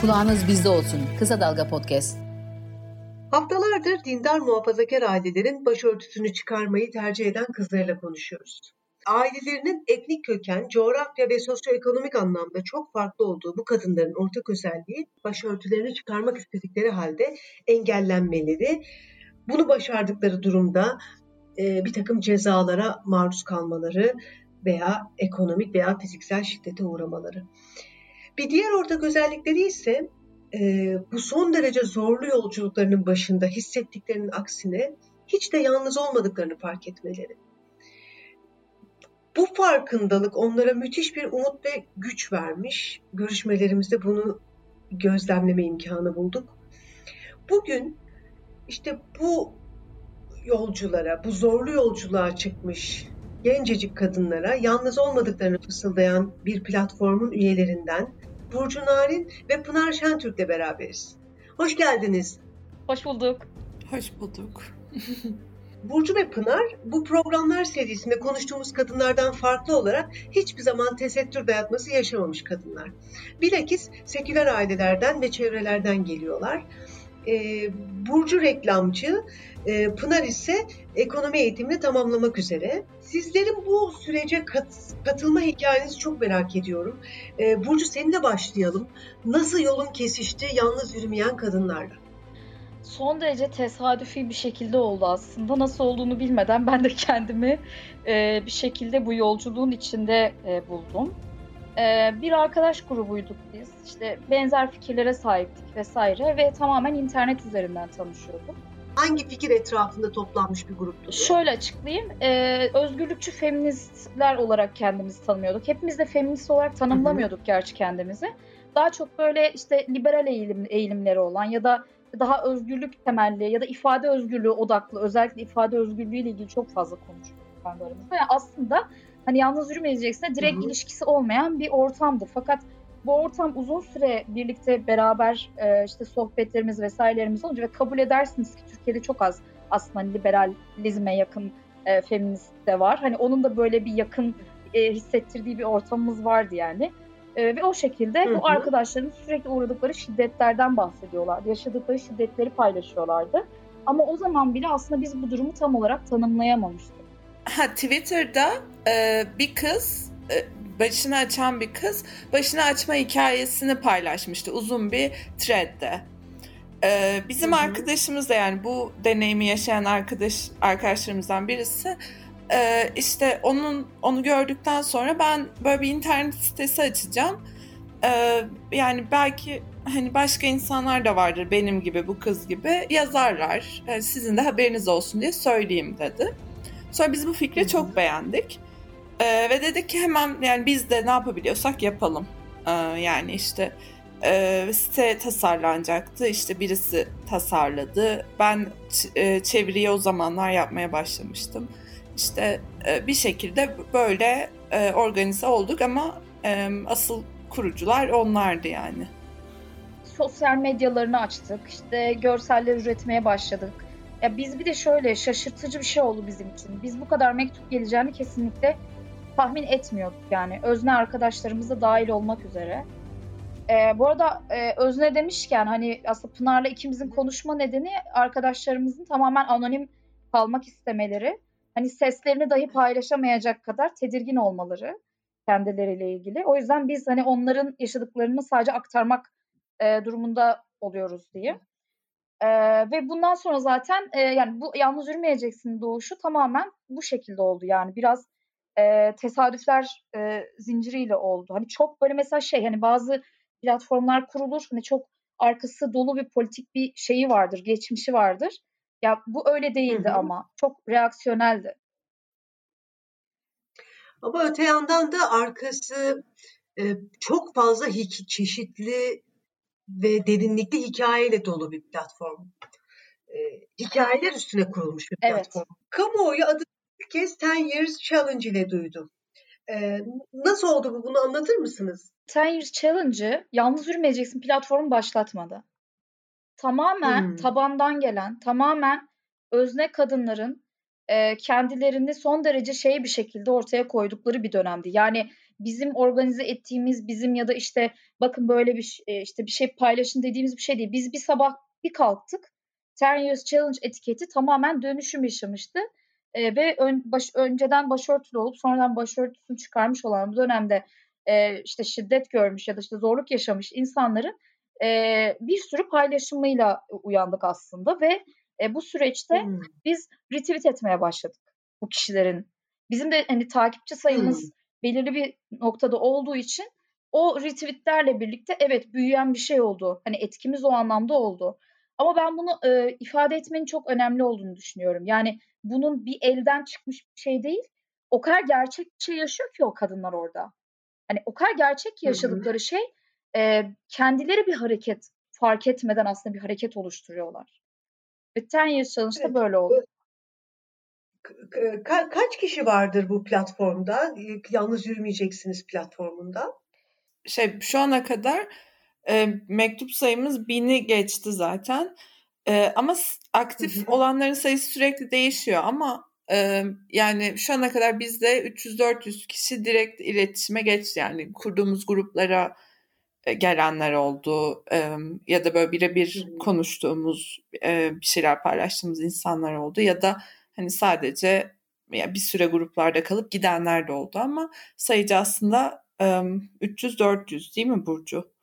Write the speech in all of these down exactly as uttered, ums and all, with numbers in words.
Kulağınız bizde olsun. Kısa Dalga Podcast. Haftalardır dindar muhafazakar ailelerin başörtüsünü çıkarmayı tercih eden kızlarla konuşuyoruz. Ailelerinin etnik köken, coğrafya ve sosyoekonomik anlamda çok farklı olduğu bu kadınların ortak özelliği başörtülerini çıkarmak istedikleri halde engellenmeleri, bunu başardıkları durumda e, bir takım cezalara maruz kalmaları veya ekonomik veya fiziksel şiddete uğramaları. Bir diğer ortak özellikleri ise e, bu son derece zorlu yolculuklarının başında hissettiklerinin aksine hiç de yalnız olmadıklarını fark etmeleri. Bu farkındalık onlara müthiş bir umut ve güç vermiş. Görüşmelerimizde bunu gözlemleme imkanı bulduk. Bugün işte bu yolculara, bu zorlu yolculuğa çıkmış gencecik kadınlara yalnız olmadıklarını fısıldayan bir platformun üyelerinden Burcu Narin ve Pınar Şentürk'le beraberiz. Hoş geldiniz. Hoş bulduk. Hoş bulduk. Burcu ve Pınar bu programlar serisinde konuştuğumuz kadınlardan farklı olarak hiçbir zaman tesettür dayatması yaşamamış kadınlar. Bilakis seküler ailelerden ve çevrelerden geliyorlar. Ee, Burcu reklamcı, e, Pınar ise ekonomi eğitimini tamamlamak üzere. Sizlerin bu sürece kat, katılma hikayenizi çok merak ediyorum. Ee, Burcu, seninle başlayalım. Nasıl yolun kesişti yalnız yürümeyen kadınlarla? Son derece tesadüfi bir şekilde oldu aslında. Nasıl olduğunu bilmeden ben de kendimi e, bir şekilde bu yolculuğun içinde e, buldum. E, bir arkadaş grubuyduk biz. İşte benzer fikirlere sahiptik vesaire ve tamamen internet üzerinden tanışıyorduk. Hangi fikir etrafında toplanmış bir gruptu? Şöyle açıklayayım. E, özgürlükçü feministler olarak kendimizi tanımıyorduk. Hepimiz de feminist olarak tanımlamıyorduk hı hı. gerçi kendimizi. Daha çok böyle işte liberal eğilim, eğilimleri olan ya da daha özgürlük temelli ya da ifade özgürlüğü odaklı, özellikle ifade özgürlüğü ile ilgili çok fazla konuşuyoruz kendi aramızda. Yani aslında hani yalnız yürümeyeceksine direkt Hı-hı. ilişkisi olmayan bir ortamdı. Fakat bu ortam uzun süre birlikte beraber e, işte sohbetlerimiz vesairelerimiz olunca ve kabul edersiniz ki Türkiye'de çok az aslında liberalizme yakın e, feminist de var. Hani onun da böyle bir yakın e, hissettirdiği bir ortamımız vardı yani. Ee, ve o şekilde hı hı. bu arkadaşların sürekli uğradıkları şiddetlerden bahsediyorlardı. Yaşadıkları şiddetleri paylaşıyorlardı. Ama o zaman bile aslında biz bu durumu tam olarak tanımlayamamıştık. Ha, Twitter'da e, bir kız, e, başını açan bir kız, başını açma hikayesini paylaşmıştı uzun bir thread'de. E, bizim hı hı. arkadaşımız da, yani bu deneyimi yaşayan arkadaş arkadaşlarımızdan birisi, Ee, işte onun onu gördükten sonra ben böyle bir internet sitesi açacağım. Ee, yani belki hani başka insanlar da vardır benim gibi, bu kız gibi yazarlar. Yani sizin de haberiniz olsun diye söyleyeyim dedi. Sonra biz bu fikri çok beğendik. Ee, ve dedik ki hemen, yani biz de ne yapabiliyorsak yapalım. Ee, yani işte e, site tasarlanacaktı. İşte birisi tasarladı. Ben ç- e, çeviriyi o zamanlar yapmaya başlamıştım. İşte e, bir şekilde böyle e, organize olduk ama e, asıl kurucular onlardı yani. Sosyal medyalarını açtık, işte görseller üretmeye başladık. Ya biz bir de şöyle şaşırtıcı bir şey oldu bizim için. Biz bu kadar mektup geleceğini kesinlikle tahmin etmiyorduk yani. Özne arkadaşlarımız da dahil olmak üzere. Ee, bu arada e, Özne demişken hani aslında Pınar'la ikimizin konuşma nedeni arkadaşlarımızın tamamen anonim kalmak istemeleri. Hani seslerini dahi paylaşamayacak kadar tedirgin olmaları kendileriyle ilgili. O yüzden biz hani onların yaşadıklarını sadece aktarmak e, durumunda oluyoruz diye. E, ve bundan sonra zaten e, yani bu yalnız yürümeyeceksin doğuşu tamamen bu şekilde oldu. Yani biraz e, tesadüfler e, zinciriyle oldu. Hani çok böyle mesela şey hani bazı platformlar kurulur. Hani çok arkası dolu bir politik bir şeyi vardır, geçmişi vardır. Ya bu öyle değildi hı hı. ama çok reaksiyoneldi. Ama öte yandan da arkası e, çok fazla hik- çeşitli ve derinlikli hikayeyle dolu bir platform. E, hikayeler üstüne kurulmuş bir platform. Evet. Kamuoyu adını bir kez on Years Challenge ile duydu. E, nasıl oldu bu? Bunu anlatır mısınız? on Years Challenge'ı Yalnız Yürümeyeceksin platformu başlatmadı. Tamamen hmm. tabandan gelen, tamamen özne kadınların e, kendilerini son derece şey bir şekilde ortaya koydukları bir dönemdi. Yani bizim organize ettiğimiz, bizim ya da işte bakın böyle bir e, işte bir şey paylaşın dediğimiz bir şey değil. Biz bir sabah bir kalktık. on Years Challenge etiketi tamamen dönüşüm yaşamıştı. E, ve ön, baş, önceden başörtülü olup sonradan başörtüsünü çıkarmış olan bu dönemde e, işte şiddet görmüş ya da işte zorluk yaşamış insanların e, bir sürü paylaşımıyla uyandık aslında ve e, bu süreçte Hmm. biz retweet etmeye başladık bu kişilerin. Bizim de hani takipçi sayımız Hmm. belirli bir noktada olduğu için o retweetlerle birlikte evet büyüyen bir şey oldu. Hani etkimiz o anlamda oldu. Ama ben bunu e, ifade etmenin çok önemli olduğunu düşünüyorum. Yani bunun bir elden çıkmış bir şey değil. O kadar gerçek bir şey yaşıyor ki o kadınlar orada. Hani o kadar gerçek ki Hı hı. yaşadıkları şey e, kendileri bir hareket fark etmeden aslında bir hareket oluşturuyorlar. Ve on Years Challenge'da Evet. böyle oldu. Ka- kaç kişi vardır bu platformda? Yalnız Yürümeyeceksiniz platformunda. Şey şu ana kadar e, mektup sayımız bini geçti zaten. E, ama s- aktif Hı hı. olanların sayısı sürekli değişiyor ama e, yani şu ana kadar bizde üç yüz dört yüz kişi direkt iletişime geçti. Yani kurduğumuz gruplara e, gelenler oldu e, ya da böyle Hı birebir hı. konuştuğumuz e, bir şeyler paylaştığımız insanlar oldu ya da hani sadece ya bir süre gruplarda kalıp gidenler de oldu ama sayıcı aslında e, üç yüz dört yüz değil mi Burcu?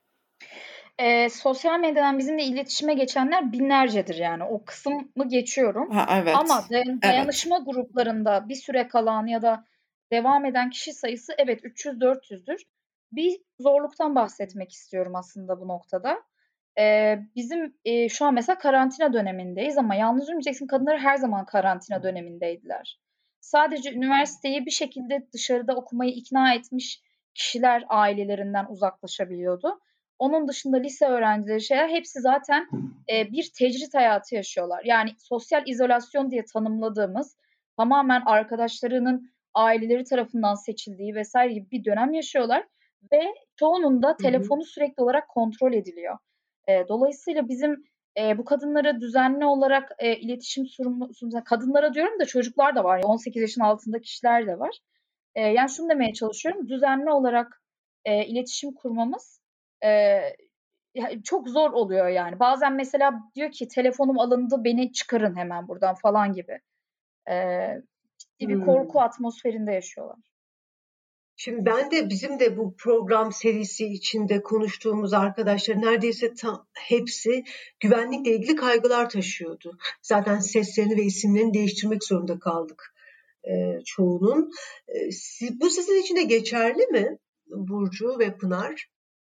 E, sosyal medyadan bizimle iletişime geçenler binlercedir yani. O kısmı geçiyorum. Ha, Ama evet. day- Evet. dayanışma gruplarında bir süre kalan ya da devam eden kişi sayısı evet üç yüz dört yüzdür. Bir zorluktan bahsetmek istiyorum aslında bu noktada. Ee, bizim e, şu an mesela karantina dönemindeyiz ama yalnız yürümeyeceksin kadınları her zaman karantina dönemindeydiler. Sadece üniversiteyi bir şekilde dışarıda okumayı ikna etmiş kişiler ailelerinden uzaklaşabiliyordu. Onun dışında lise öğrencileri şeyler hepsi zaten e, bir tecrit hayatı yaşıyorlar. Yani sosyal izolasyon diye tanımladığımız tamamen arkadaşlarının aileleri tarafından seçildiği vesaire gibi bir dönem yaşıyorlar ve çoğunun da Hı hı. telefonu sürekli olarak kontrol ediliyor. E, dolayısıyla bizim e, bu kadınlara düzenli olarak e, iletişim sunumu, kadınlara diyorum da çocuklar da var. on sekiz yaşın altında kişiler de var. E, yani şunu demeye çalışıyorum. Düzenli olarak e, iletişim kurmamız e, çok zor oluyor yani. Bazen mesela diyor ki telefonum alındı beni çıkarın hemen buradan falan gibi. E, ciddi bir korku Hmm. atmosferinde yaşıyorlar. Şimdi ben de bizim de bu program serisi içinde konuştuğumuz arkadaşlar neredeyse tam hepsi güvenlikle ilgili kaygılar taşıyordu. Zaten seslerini ve isimlerini değiştirmek zorunda kaldık e, çoğunun. E, si- bu sizin için de geçerli mi Burcu ve Pınar?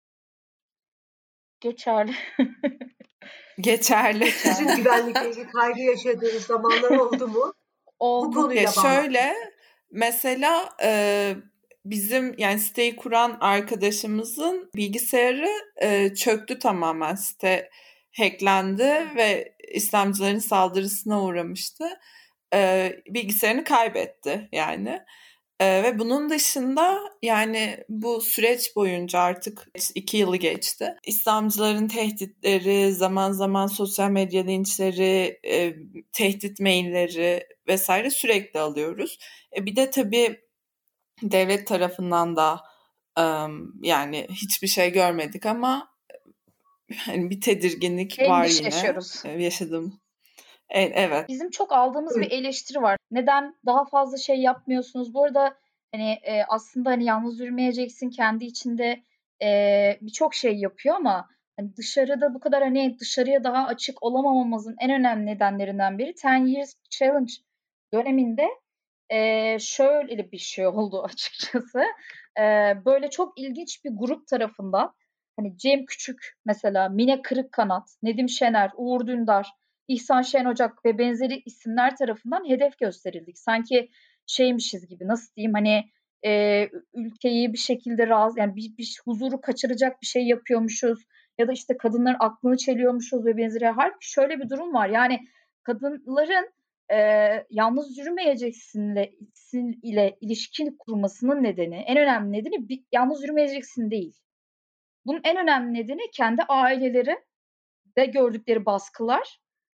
Geçerli. Geçerli. Geçerli. Sizin güvenlikle ilgili kaygı yaşadığınız zamanlar oldu mu? Bu Oldu. Ya konuyla bağlantılı. şöyle mesela e, bizim yani siteyi kuran arkadaşımızın bilgisayarı e, çöktü tamamen. Site hacklendi ve İslamcıların saldırısına uğramıştı. E, bilgisayarını kaybetti yani. E, ve bunun dışında yani bu süreç boyunca artık iki yılı geçti. İslamcıların tehditleri, zaman zaman sosyal medya linçleri, e, tehdit mailleri vesaire sürekli alıyoruz. E, bir de tabii devlet tarafından da e, yani hiçbir şey görmedik ama hani bir tedirginlik var Endişe yine yaşıyoruz. e, yaşadım. E, evet. Bizim çok aldığımız bir eleştiri var. Neden daha fazla şey yapmıyorsunuz? Bu arada hani e, aslında hani yalnız yürümeyeceksin kendi içinde e, birçok şey yapıyor ama hani dışarıda bu kadar hani dışarıya daha açık olamamamızın en önemli nedenlerinden biri on Years Challenge döneminde e, şöyle bir şey oldu açıkçası. E, böyle çok ilginç bir grup tarafından hani Cem Küçük mesela, Mine Kırıkkanat, Nedim Şener, Uğur Dündar, İhsan Şen Ocak ve benzeri isimler tarafından hedef gösterildik. Sanki şeymişiz gibi nasıl diyeyim hani e, ülkeyi bir şekilde razı yani bir, bir huzuru kaçıracak bir şey yapıyormuşuz ya da işte kadınların aklını çeliyormuşuz ve benzeri. Halbuki şöyle bir durum var yani kadınların e, yalnız yürümeyeceksin ile, ile ilişki kurmasının nedeni en önemli nedeni bir, yalnız yürümeyeceksin değil. Bunun en önemli nedeni kendi aileleri de gördükleri baskılar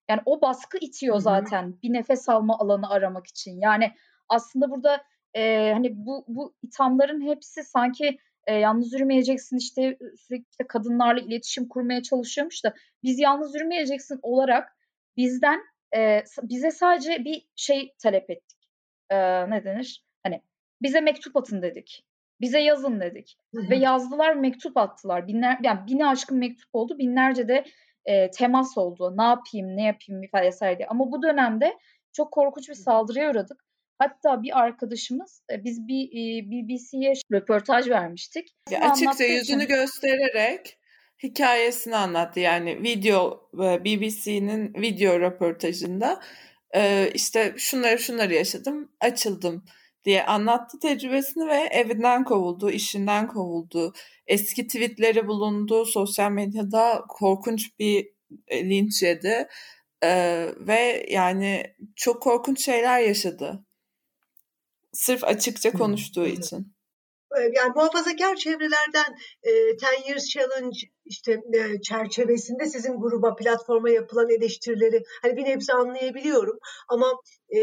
Yani o baskı itiyor Hı hı. zaten bir nefes alma alanı aramak için. Yani aslında burada e, hani bu bu ithamların hepsi sanki e, yalnız yürümeyeceksin işte sürekli işte kadınlarla iletişim kurmaya çalışıyormuş da biz yalnız yürümeyeceksin olarak bizden e, bize sadece bir şey talep ettik. E, ne denir? Hani bize mektup atın dedik. Bize yazın dedik. Hı hı. Ve yazdılar, mektup attılar. Binler, yani bine aşkın mektup oldu. Binlerce de e, temas oldu. Ne yapayım, ne yapayım vesaire diye. Ama bu dönemde çok korkunç bir saldırıya uğradık. Hatta bir arkadaşımız, e, biz bir e, B B C'ye röportaj vermiştik. Ya Bunu açıkça anlattığı yüzünü için göstererek hikayesini anlattı. Yani video e, B B C'nin video röportajında e, işte şunları şunları yaşadım, açıldım diye anlattı tecrübesini ve evinden kovuldu, işinden kovuldu. Eski tweetleri bulundu, sosyal medyada korkunç bir e, linç yedi. E, ve yani çok korkunç şeyler yaşadı. Sırf açıkça Hı konuştuğu hı. için. Yani muhafazakar çevrelerden e, Ten Years Challenge işte e, çerçevesinde sizin gruba, platforma yapılan eleştirileri hani bir nebze anlayabiliyorum ama e,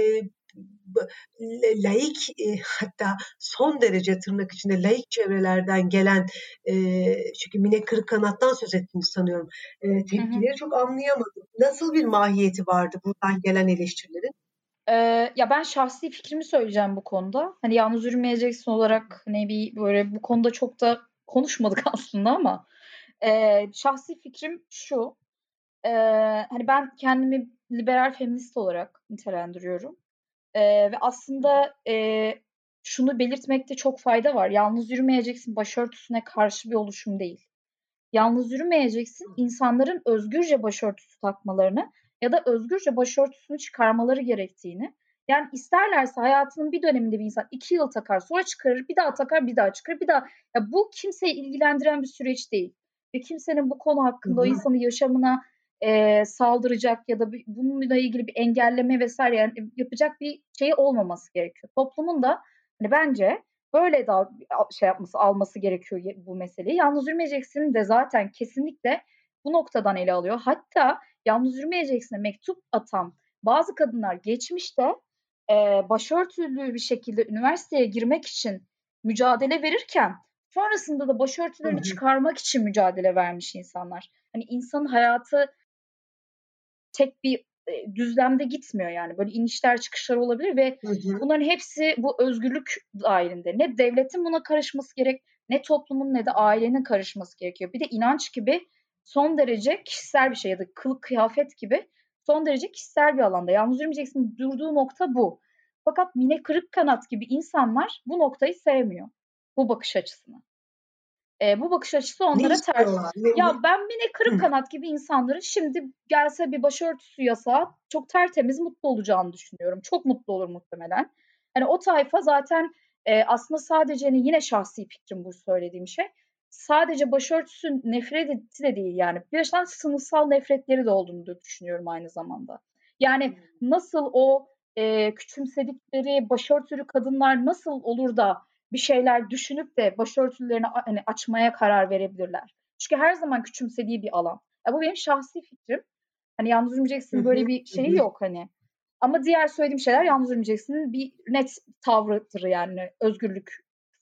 laik e, hatta son derece tırnak içinde laik çevrelerden gelen e, çünkü Mine Kırıkkanat'tan söz ettiğini sanıyorum e, tepkileri hı hı. çok anlayamadım. Nasıl bir mahiyeti vardı buradan gelen eleştirilerin? Ee, ya ben şahsi fikrimi söyleyeceğim bu konuda. Hani yalnız yürümeyeceksin olarak hani bir böyle bu konuda çok da konuşmadık aslında ama e, şahsi fikrim şu. E, hani ben kendimi liberal feminist olarak nitelendiriyorum. E, ve aslında e, şunu belirtmekte çok fayda var. Yalnız yürümeyeceksin başörtüsüne karşı bir oluşum değil. Yalnız yürümeyeceksin insanların özgürce başörtüsü takmalarını ya da özgürce başörtüsünü çıkarmaları gerektiğini. Yani isterlerse hayatının bir döneminde bir insan iki yıl takar, sonra çıkarır, bir daha takar, bir daha çıkarır, bir daha. Ya bu kimseyi ilgilendiren bir süreç değil. Ve kimsenin bu konu hakkında o insanın yaşamına e, saldıracak ya da bir, bununla ilgili bir engelleme vesaire yani yapacak bir şey olmaması gerekiyor. Toplumun da hani bence böyle da şey yapması, alması gerekiyor bu meseleyi. Yalnız yürümeyeceksin de zaten kesinlikle bu noktadan ele alıyor. Hatta yalnız yürümeyeceksin mektup atan bazı kadınlar geçmişte e, başörtülü bir şekilde üniversiteye girmek için mücadele verirken sonrasında da başörtülerini çıkarmak için mücadele vermiş insanlar. Hani insanın hayatı tek bir e, düzlemde gitmiyor yani. Böyle inişler çıkışlar olabilir ve hı hı. bunların hepsi bu özgürlük dahilinde. Ne devletin buna karışması gerek, ne toplumun ne de ailenin karışması gerekiyor. Bir de inanç gibi son derece kişisel bir şey ya da kılık kıyafet gibi son derece kişisel bir alanda. Yalnız yürümeyeceksin durduğu nokta bu. Fakat Mine Kırıkkanat gibi insanlar bu noktayı sevmiyor. Bu bakış açısını. E, bu bakış açısı onlara ters. Ya ben Mine Kırıkkanat gibi insanların şimdi gelse bir başörtüsü yasağı çok tertemiz mutlu olacağını düşünüyorum. Çok mutlu olur muhtemelen. Hani o tayfa zaten e, aslında sadece hani yine şahsi fikrim bu söylediğim şey. Sadece başörtüsü nefreti de değil yani. Bir yaştan sınıfsal nefretleri de olduğunu da düşünüyorum aynı zamanda. Yani nasıl o e, küçümsedikleri başörtülü kadınlar nasıl olur da bir şeyler düşünüp de başörtülerini hani açmaya karar verebilirler. Çünkü her zaman küçümsediği bir alan. Ya bu benim şahsi fikrim. Hani yalnız yürümeyeceksin böyle bir şeyi yok hani. Ama diğer söylediğim şeyler yalnız yürümeyeceksin bir net tavrıdır yani özgürlük.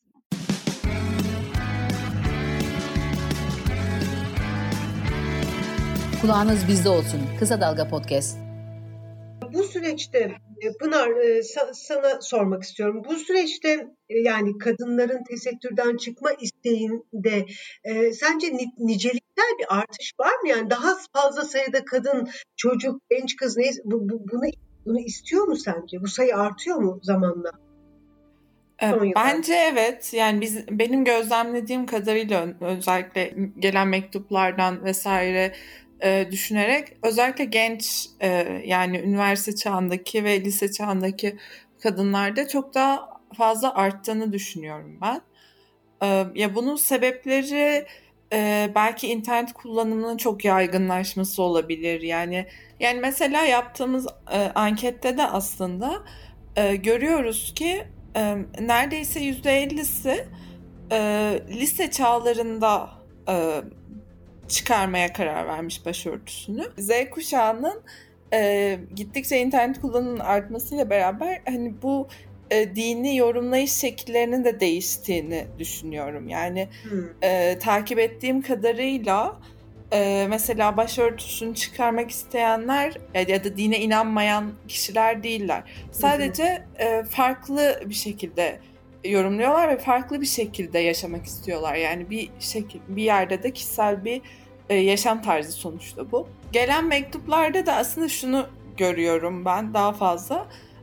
Kulağınız bizde olsun. Kısa Dalga Podcast. Bu süreçte Pınar sana sormak istiyorum. Bu süreçte yani kadınların tesettürden çıkma isteğinde e, sence niceliksel bir artış var mı? Yani daha fazla sayıda kadın, çocuk, genç kız neyse bu, bu, bunu bunu istiyor mu sence? Bu sayı artıyor mu zamanla? Bence evet. Yani biz benim gözlemlediğim kadarıyla özellikle gelen mektuplardan vesaire e, düşünerek özellikle genç e, yani üniversite çağındaki ve lise çağındaki kadınlarda çok daha fazla arttığını düşünüyorum ben. E, ya bunun sebepleri e, belki internet kullanımının çok yaygınlaşması olabilir. Yani yani mesela yaptığımız e, ankette de aslında e, görüyoruz ki e, neredeyse yüzde ellisi e, lise çağlarında e, çıkarmaya karar vermiş başörtüsünü. Z kuşağının e, gittikçe internet kullanımının artmasıyla beraber hani bu e, dini yorumlayış şekillerinin de değiştiğini düşünüyorum. Yani Hmm. e, takip ettiğim kadarıyla e, mesela başörtüsünü çıkarmak isteyenler ya da dine inanmayan kişiler değiller. Sadece e, farklı bir şekilde yorumluyorlar ve farklı bir şekilde yaşamak istiyorlar. Yani bir şekil, bir yerde de kişisel bir e, yaşam tarzı sonuçta bu. Gelen mektuplarda da aslında şunu görüyorum ben daha fazla.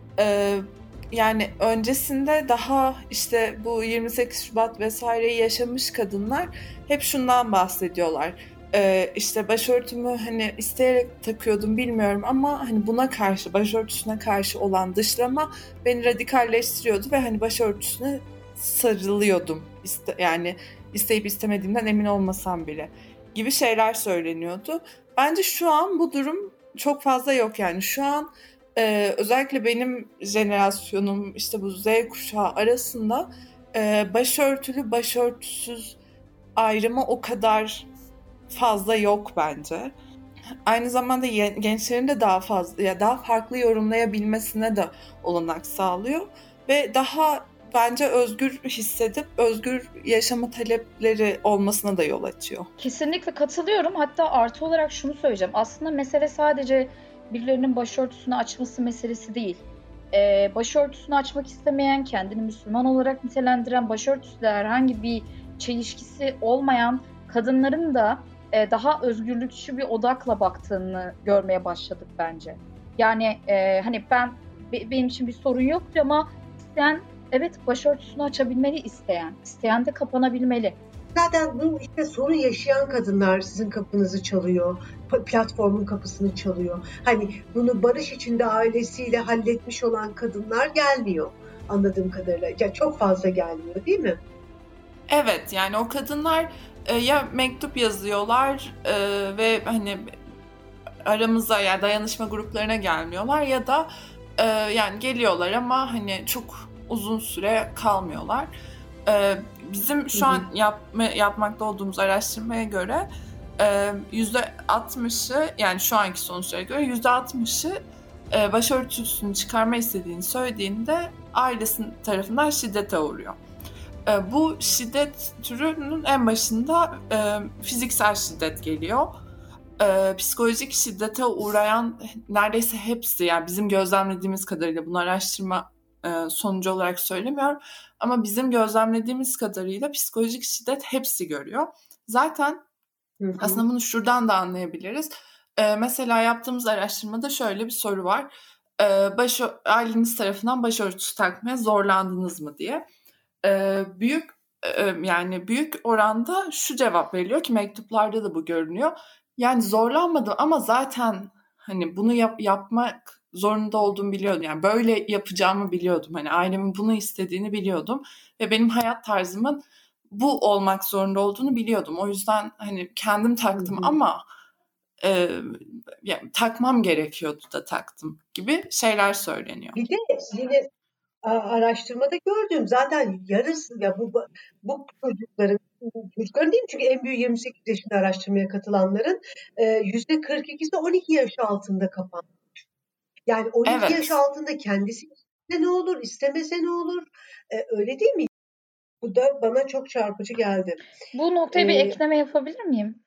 E, yani öncesinde daha işte bu yirmi sekiz Şubat vesaireyi yaşamış kadınlar hep şundan bahsediyorlar. Ee, işte başörtümü hani isteyerek takıyordum bilmiyorum ama hani buna karşı, başörtüsüne karşı olan dışlama beni radikalleştiriyordu ve hani başörtüsüne sarılıyordum. İste, yani isteyip istemediğimden emin olmasam bile gibi şeyler söyleniyordu. Bence şu an bu durum çok fazla yok yani. Şu an e, özellikle benim jenerasyonum işte bu Z kuşağı arasında e, başörtülü başörtüsüz ayrımı o kadar fazla yok bence. Aynı zamanda gençlerin de daha fazla ya daha farklı yorumlayabilmesine de olanak sağlıyor ve daha bence özgür hissedip özgür yaşama talepleri olmasına da yol açıyor. Kesinlikle katılıyorum. Hatta artı olarak şunu söyleyeceğim. Aslında mesele sadece birilerinin başörtüsünü açması meselesi değil. Ee, başörtüsünü açmak istemeyen, kendini Müslüman olarak nitelendiren, başörtüsüyle herhangi bir çelişkisi olmayan kadınların da e, daha özgürlükçü bir odakla baktığını görmeye başladık bence. Yani e, hani ben be, benim için bir sorun yoktu ama isteyen evet başörtüsünü açabilmeli isteyen. İsteyen de kapanabilmeli. Zaten bu işte sorun yaşayan kadınlar sizin kapınızı çalıyor, platformun kapısını çalıyor. Hani bunu barış içinde ailesiyle halletmiş olan kadınlar gelmiyor anladığım kadarıyla. Ya çok fazla gelmiyor değil mi? Evet yani o kadınlar e, ya mektup yazıyorlar e, ve hani aramıza yani dayanışma gruplarına gelmiyorlar ya da e, yani geliyorlar ama hani çok uzun süre kalmıyorlar. E, bizim şu an yapma, yapmakta olduğumuz araştırmaya göre e, yüzde altmışı yani şu anki sonuçlara göre yüzde altmışı e, başörtüsünü çıkarma istediğini söylediğinde ailesinin tarafından şiddete uğruyor. E, bu şiddet türünün en başında e, fiziksel şiddet geliyor. E, psikolojik şiddete uğrayan neredeyse hepsi yani bizim gözlemlediğimiz kadarıyla bunu araştırma e, sonucu olarak söylemiyorum ama bizim gözlemlediğimiz kadarıyla psikolojik şiddet hepsi görüyor. Zaten hı hı. Aslında bunu şuradan da anlayabiliriz. E, mesela yaptığımız araştırmada şöyle bir soru var. E, baş, aileniz tarafından başörtüsü takmaya zorlandınız mı diye. E, büyük e, yani büyük oranda şu cevap veriliyor ki mektuplarda da bu görünüyor. Yani zorlanmadım ama zaten hani bunu yap, yapmak zorunda olduğumu biliyordum. Yani böyle yapacağımı biliyordum. Hani ailemin bunu istediğini biliyordum ve benim hayat tarzımın bu olmak zorunda olduğunu biliyordum. O yüzden hani kendim taktım hı hı. ama e, yani takmam gerekiyordu da taktım gibi şeyler söyleniyor. Bir de yine araştırmada gördüğüm zaten yarısı ya bu bu çocukların çocukların değil çünkü en büyük yirmi sekiz yaşında araştırmaya katılanların yüzde kırk ikisi on iki yaş altında kapanmış. Yani on iki evet. yaş altında kendisi istese ne olur, istemese ne olur? Ee, öyle değil mi? Bu da bana çok çarpıcı geldi. Bu noktaya ee, bir ekleme yapabilir miyim?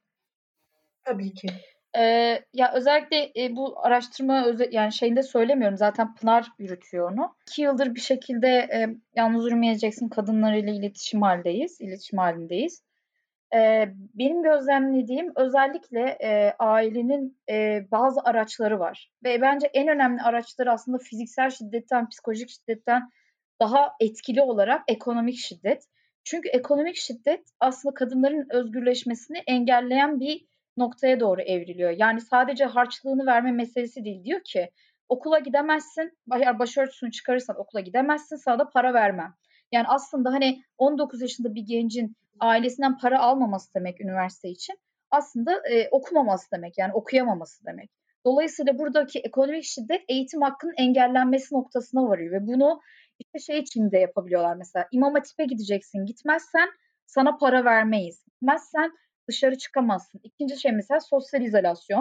Tabii ki. Ee, ya özellikle e, bu araştırma öze- yani şeyinde söylemiyorum zaten Pınar yürütüyor onu. İki yıldır bir şekilde e, Yalnız Yürümeyeceksin kadınlarıyla iletişim halindeyiz, iletişim halindeyiz. Ee, benim gözlemlediğim özellikle e, ailenin e, bazı araçları var ve bence en önemli araçları aslında fiziksel şiddetten, psikolojik şiddetten daha etkili olarak ekonomik şiddet. Çünkü ekonomik şiddet aslında kadınların özgürleşmesini engelleyen bir noktaya doğru evriliyor. Yani sadece harçlığını verme meselesi değil. Diyor ki okula gidemezsin, eğer başörtüsünü çıkarırsan okula gidemezsin, sana da para vermem. Yani aslında hani on dokuz yaşında bir gencin ailesinden para almaması demek üniversite için aslında e, okumaması demek yani okuyamaması demek. Dolayısıyla buradaki ekonomik şiddet eğitim hakkının engellenmesi noktasına varıyor ve bunu işte şey için de yapabiliyorlar mesela İmam Hatip'e gideceksin gitmezsen sana para vermeyiz. Gitmezsen dışarı çıkamazsın. İkinci şey mesela sosyal izolasyon.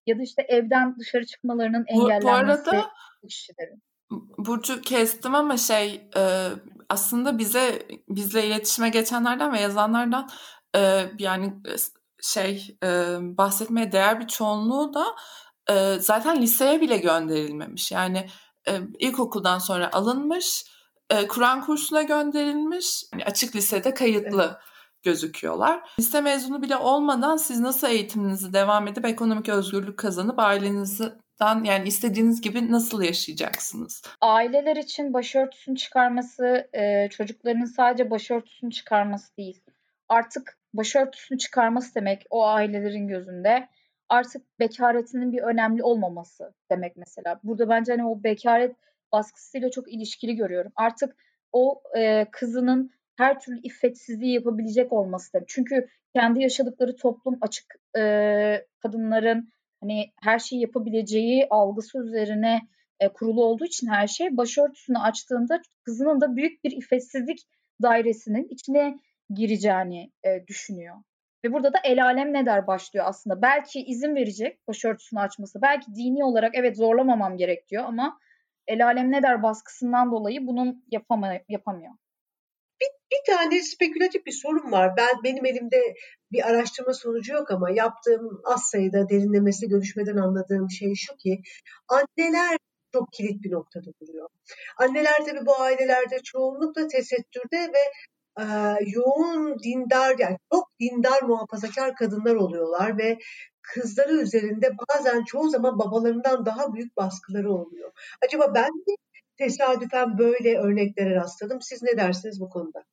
ya da işte evden dışarı çıkmalarının Bu, bu engellenmesi arada kişilerin. Burcu kestim ama şey e, aslında bize bizle iletişime geçenlerden ve yazanlardan e, yani e, şey e, bahsetmeye değer bir çoğunluğu da e, zaten liseye bile gönderilmemiş. Yani e, ilkokuldan sonra alınmış, e, Kur'an kursuna gönderilmiş, yani açık lisede kayıtlı Evet. gözüküyorlar. Lise mezunu bile olmadan siz nasıl eğitiminizi devam edip ekonomik özgürlük kazanıp ailenizden yani istediğiniz gibi nasıl yaşayacaksınız? Aileler için başörtüsünü çıkarması e, çocuklarının sadece başörtüsünü çıkarması değil. Artık başörtüsünü çıkarması demek o ailelerin gözünde artık bekaretinin bir önemli olmaması demek mesela. Burada bence hani o bekaret baskısıyla çok ilişkili görüyorum. Artık o e, kızının her türlü iffetsizliği yapabilecek olması demek. Çünkü kendi yaşadıkları toplum açık e, kadınların hani her şeyi yapabileceği algısı üzerine e, kurulu olduğu için her şey başörtüsünü açtığında kızının da büyük bir iffetsizlik dairesinin içine gireceğini e, düşünüyor. Ve burada da el alem ne der başlıyor aslında. Belki izin verecek başörtüsünü açması. Belki dini olarak evet zorlamamam gerek diyor ama el alem ne der baskısından dolayı bunun yapama, yapamıyor. Bir, bir tane spekülatif bir sorun var. Ben benim elimde bir araştırma sonucu yok ama yaptığım az sayıda derinlemesi görüşmeden anladığım şey şu ki anneler çok kilit bir noktada duruyor. Anneler tabii bu ailelerde çoğunlukla tesettürde ve e, yoğun dindar yani çok dindar muhafazakar kadınlar oluyorlar ve kızları üzerinde bazen çoğu zaman babalarından daha büyük baskıları oluyor. Acaba ben mi tesadüfen böyle örneklere rastladım? Siz ne dersiniz bu konuda?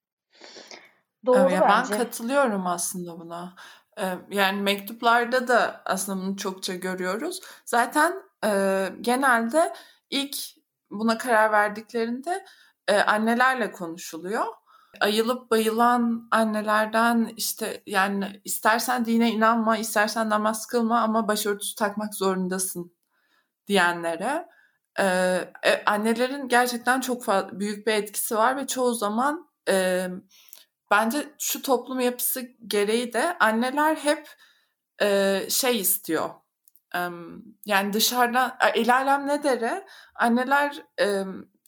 Doğru Ya ben bence. katılıyorum aslında buna. Ee, Yani mektuplarda da aslında bunu çokça görüyoruz. Zaten e, genelde ilk buna karar verdiklerinde e, annelerle konuşuluyor. Ayılıp bayılan annelerden işte yani istersen dine inanma, istersen namaz kılma ama başörtüsü takmak zorundasın diyenlere e, e, annelerin gerçekten çok fa- büyük bir etkisi var ve çoğu zaman e, bence şu toplum yapısı gereği de anneler hep e, şey istiyor. E, Yani dışarıdan el alem ne dere anneler e,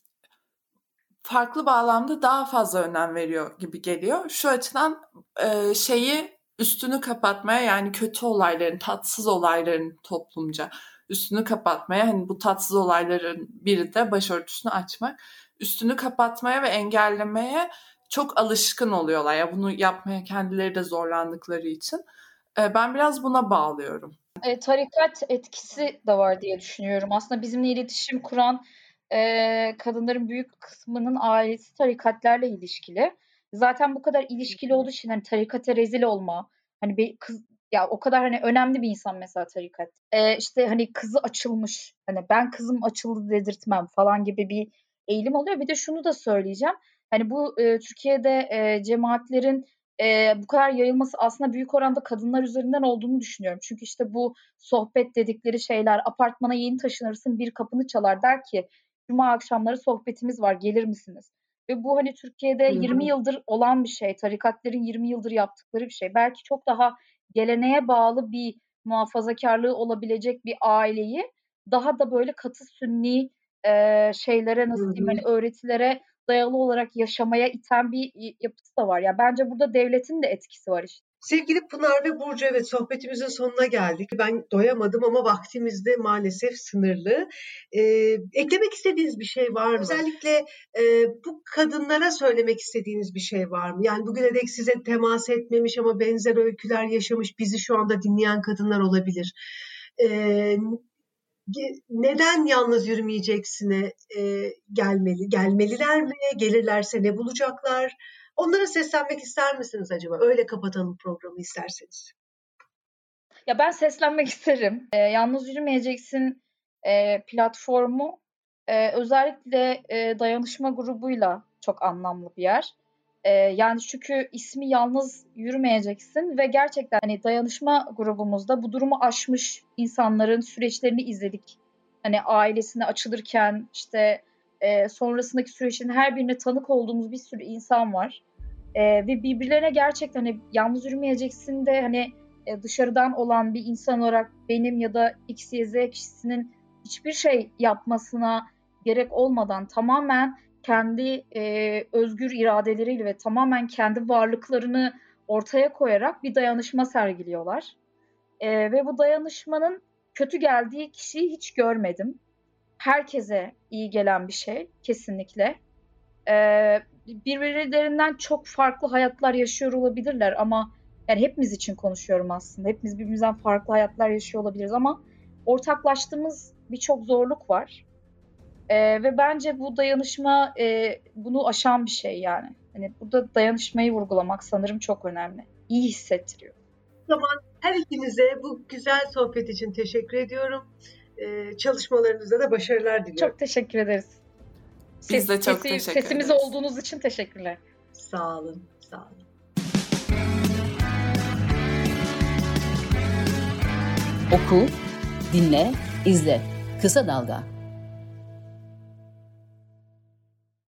farklı bağlamda daha fazla önem veriyor gibi geliyor. Şu açıdan e, şeyi üstünü kapatmaya yani kötü olayların, tatsız olayların toplumca üstünü kapatmaya hani bu tatsız olayların biri de başörtüsünü açmak. Üstünü kapatmaya ve engellemeye çok alışkın oluyorlar. Ya bunu yapmaya kendileri de zorlandıkları için. E, ben biraz buna bağlıyorum. E, tarikat etkisi de var diye düşünüyorum. Aslında bizimle iletişim kuran e, kadınların büyük kısmının ailesi tarikatlarla ilişkili. Zaten bu kadar ilişkili olduğu için hani tarikata rezil olma, hani bir kız ya o kadar hani önemli bir insan mesela tarikat. E, işte hani kızı açılmış, hani ben kızım açıldı dedirtmem falan gibi bir eğilim oluyor. Bir de şunu da söyleyeceğim. Hani bu e, Türkiye'de e, cemaatlerin e, bu kadar yayılması aslında büyük oranda kadınlar üzerinden olduğunu düşünüyorum. Çünkü işte bu sohbet dedikleri şeyler apartmana yeni taşınırsın bir kapını çalar der ki cuma akşamları sohbetimiz var gelir misiniz? Ve bu hani Türkiye'de Hı yirmi hı. yıldır olan bir şey. Tarikatlerin yirmi yıldır yaptıkları bir şey. Belki çok daha geleneğe bağlı bir muhafazakarlığı olabilecek bir aileyi daha da böyle katı sünni e, şeylere Hı nasıl diyeyim hı. hani öğretilere dayalı olarak yaşamaya iten bir yapısı da var. Ya bence burada devletin de etkisi var işte. Sevgili Pınar ve Burcu, evet sohbetimizin sonuna geldik. Ben doyamadım ama vaktimiz de maalesef sınırlı. Ee, eklemek istediğiniz bir şey var mı? Özellikle e, bu kadınlara söylemek istediğiniz bir şey var mı? Yani bugüne dek size temas etmemiş ama benzer öyküler yaşamış bizi şu anda dinleyen kadınlar olabilir. Ee, Neden yalnız yürümeyeceksine e, gelmeli? Gelmeliler mi? Gelirlerse ne bulacaklar? Onlara seslenmek ister misiniz acaba? Öyle kapatalım programı isterseniz. Ya ben seslenmek isterim. Ee, Yalnız Yürümeyeceksin e, platformu e, özellikle e, dayanışma grubuyla çok anlamlı bir yer. E, yani çünkü ismi Yalnız Yürümeyeceksin ve gerçekten hani dayanışma grubumuzda bu durumu aşmış insanların süreçlerini izledik. Hani ailesine açılırken işte e, sonrasındaki süreçlerin her birine tanık olduğumuz bir sürü insan var. E, ve birbirlerine gerçekten hani yalnız yürümeyeceksin de hani e, dışarıdan olan bir insan olarak benim ya da X Y Z kişisinin hiçbir şey yapmasına gerek olmadan tamamen kendi e, özgür iradeleriyle ve tamamen kendi varlıklarını ortaya koyarak bir dayanışma sergiliyorlar. E, ve bu dayanışmanın kötü geldiği kişiyi hiç görmedim. Herkese iyi gelen bir şey kesinlikle. Ee, birbirlerinden çok farklı hayatlar yaşıyor olabilirler ama yani hepimiz için konuşuyorum aslında. Hepimiz birbirimizden farklı hayatlar yaşıyor olabiliriz ama ortaklaştığımız birçok zorluk var. Ee, ve bence bu dayanışma e, bunu aşan bir şey yani. Hani burada dayanışmayı vurgulamak sanırım çok önemli. İyi hissettiriyor. O zaman her ikinize bu güzel sohbet için teşekkür ediyorum. Ee, çalışmalarınızda da başarılar diliyorum. Çok teşekkür ederiz. Biz de çok Sesi, teşekkür sesimiz ederiz. olduğunuz için teşekkürler. Sağ olun, sağ olun. Oku, dinle, izle. Kısa Dalga.